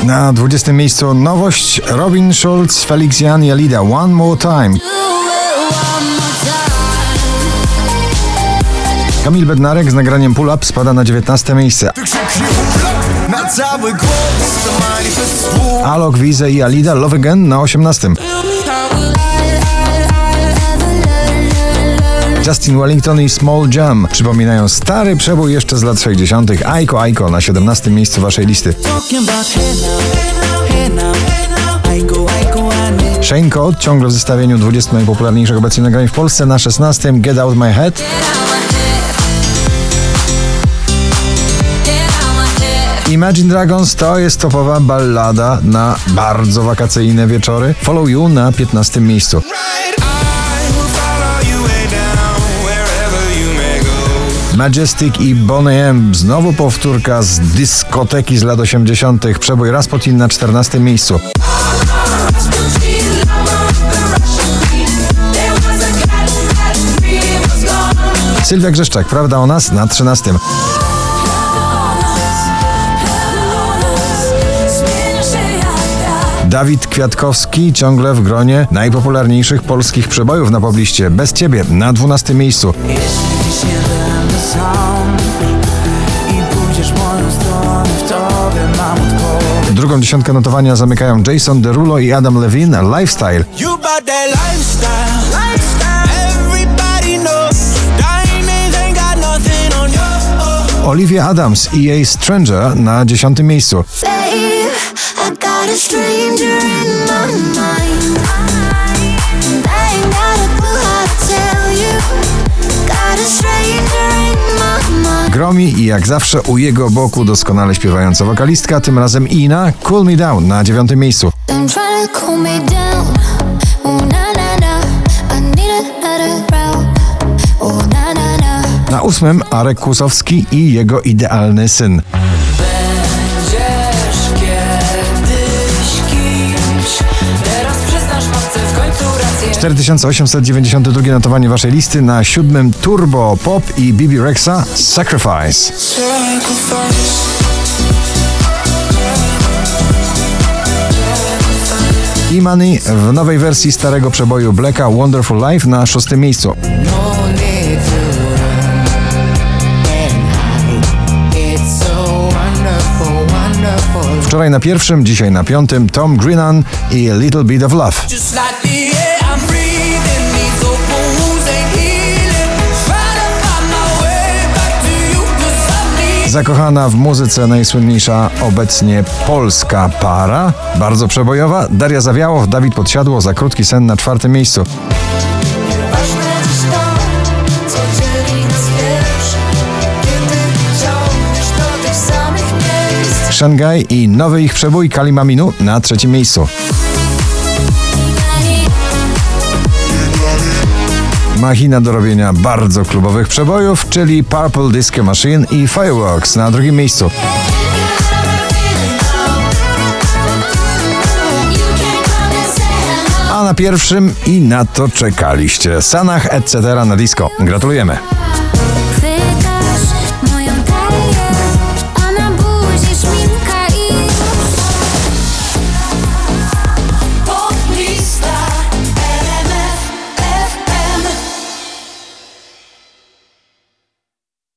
Na 20. miejscu nowość Robin Schulz, Felix Jan i Alida One More Time. Kamil Bednarek z nagraniem Pull Up spada na 19. miejsce. Alok, Wize i Alida Love Again na 18. Justin Wellington i Small Jam przypominają stary przebój jeszcze z lat 60. Aiko Aiko na 17. miejscu waszej listy. Shane Codd ciągle w zestawieniu 20 najpopularniejszych obecnie nagrań w Polsce. Na 16. Get Out My Head. Imagine Dragons to jest topowa ballada na bardzo wakacyjne wieczory. Follow You na 15. miejscu. Majestic i Boney M. Znowu powtórka z dyskoteki z lat 80. Przebój Rasputin na 14. miejscu. Sylwia Grzeszczak, Prawda o nas na 13. Dawid Kwiatkowski ciągle w gronie najpopularniejszych polskich przebojów na pobliście. Bez Ciebie na 12. miejscu. Drugą dziesiątkę notowania zamykają Jason Derulo i Adam Levine, Lifestyle. Olivia Adams i jej Stranger na 10. miejscu. Gromi i jak zawsze u jego boku doskonale śpiewająca wokalistka, tym razem Ina, Cool Me Down na 9. miejscu. Na 8. Arek Kłusowski i jego Idealny syn. 4892 notowanie waszej listy. Na 7. Turbo Pop i Bibi Rexha Sacrifice. E-Money w nowej wersji starego przeboju Blacka Wonderful Life na 6. miejscu. Wczoraj na 1., dzisiaj na 5. Tom Grennan i Little Bit of Love. Zakochana w muzyce najsłynniejsza obecnie polska para, bardzo przebojowa, Daria Zawiałow, Dawid Podsiadło, Za krótki sen na 4. miejscu. Shanghai i nowy ich przebój Kalima Minu na 3. miejscu. Machina do robienia bardzo klubowych przebojów, czyli Purple Disco Machine i Fireworks na 2. miejscu. A na 1. i na to czekaliście. Sanach etc. na disco. Gratulujemy.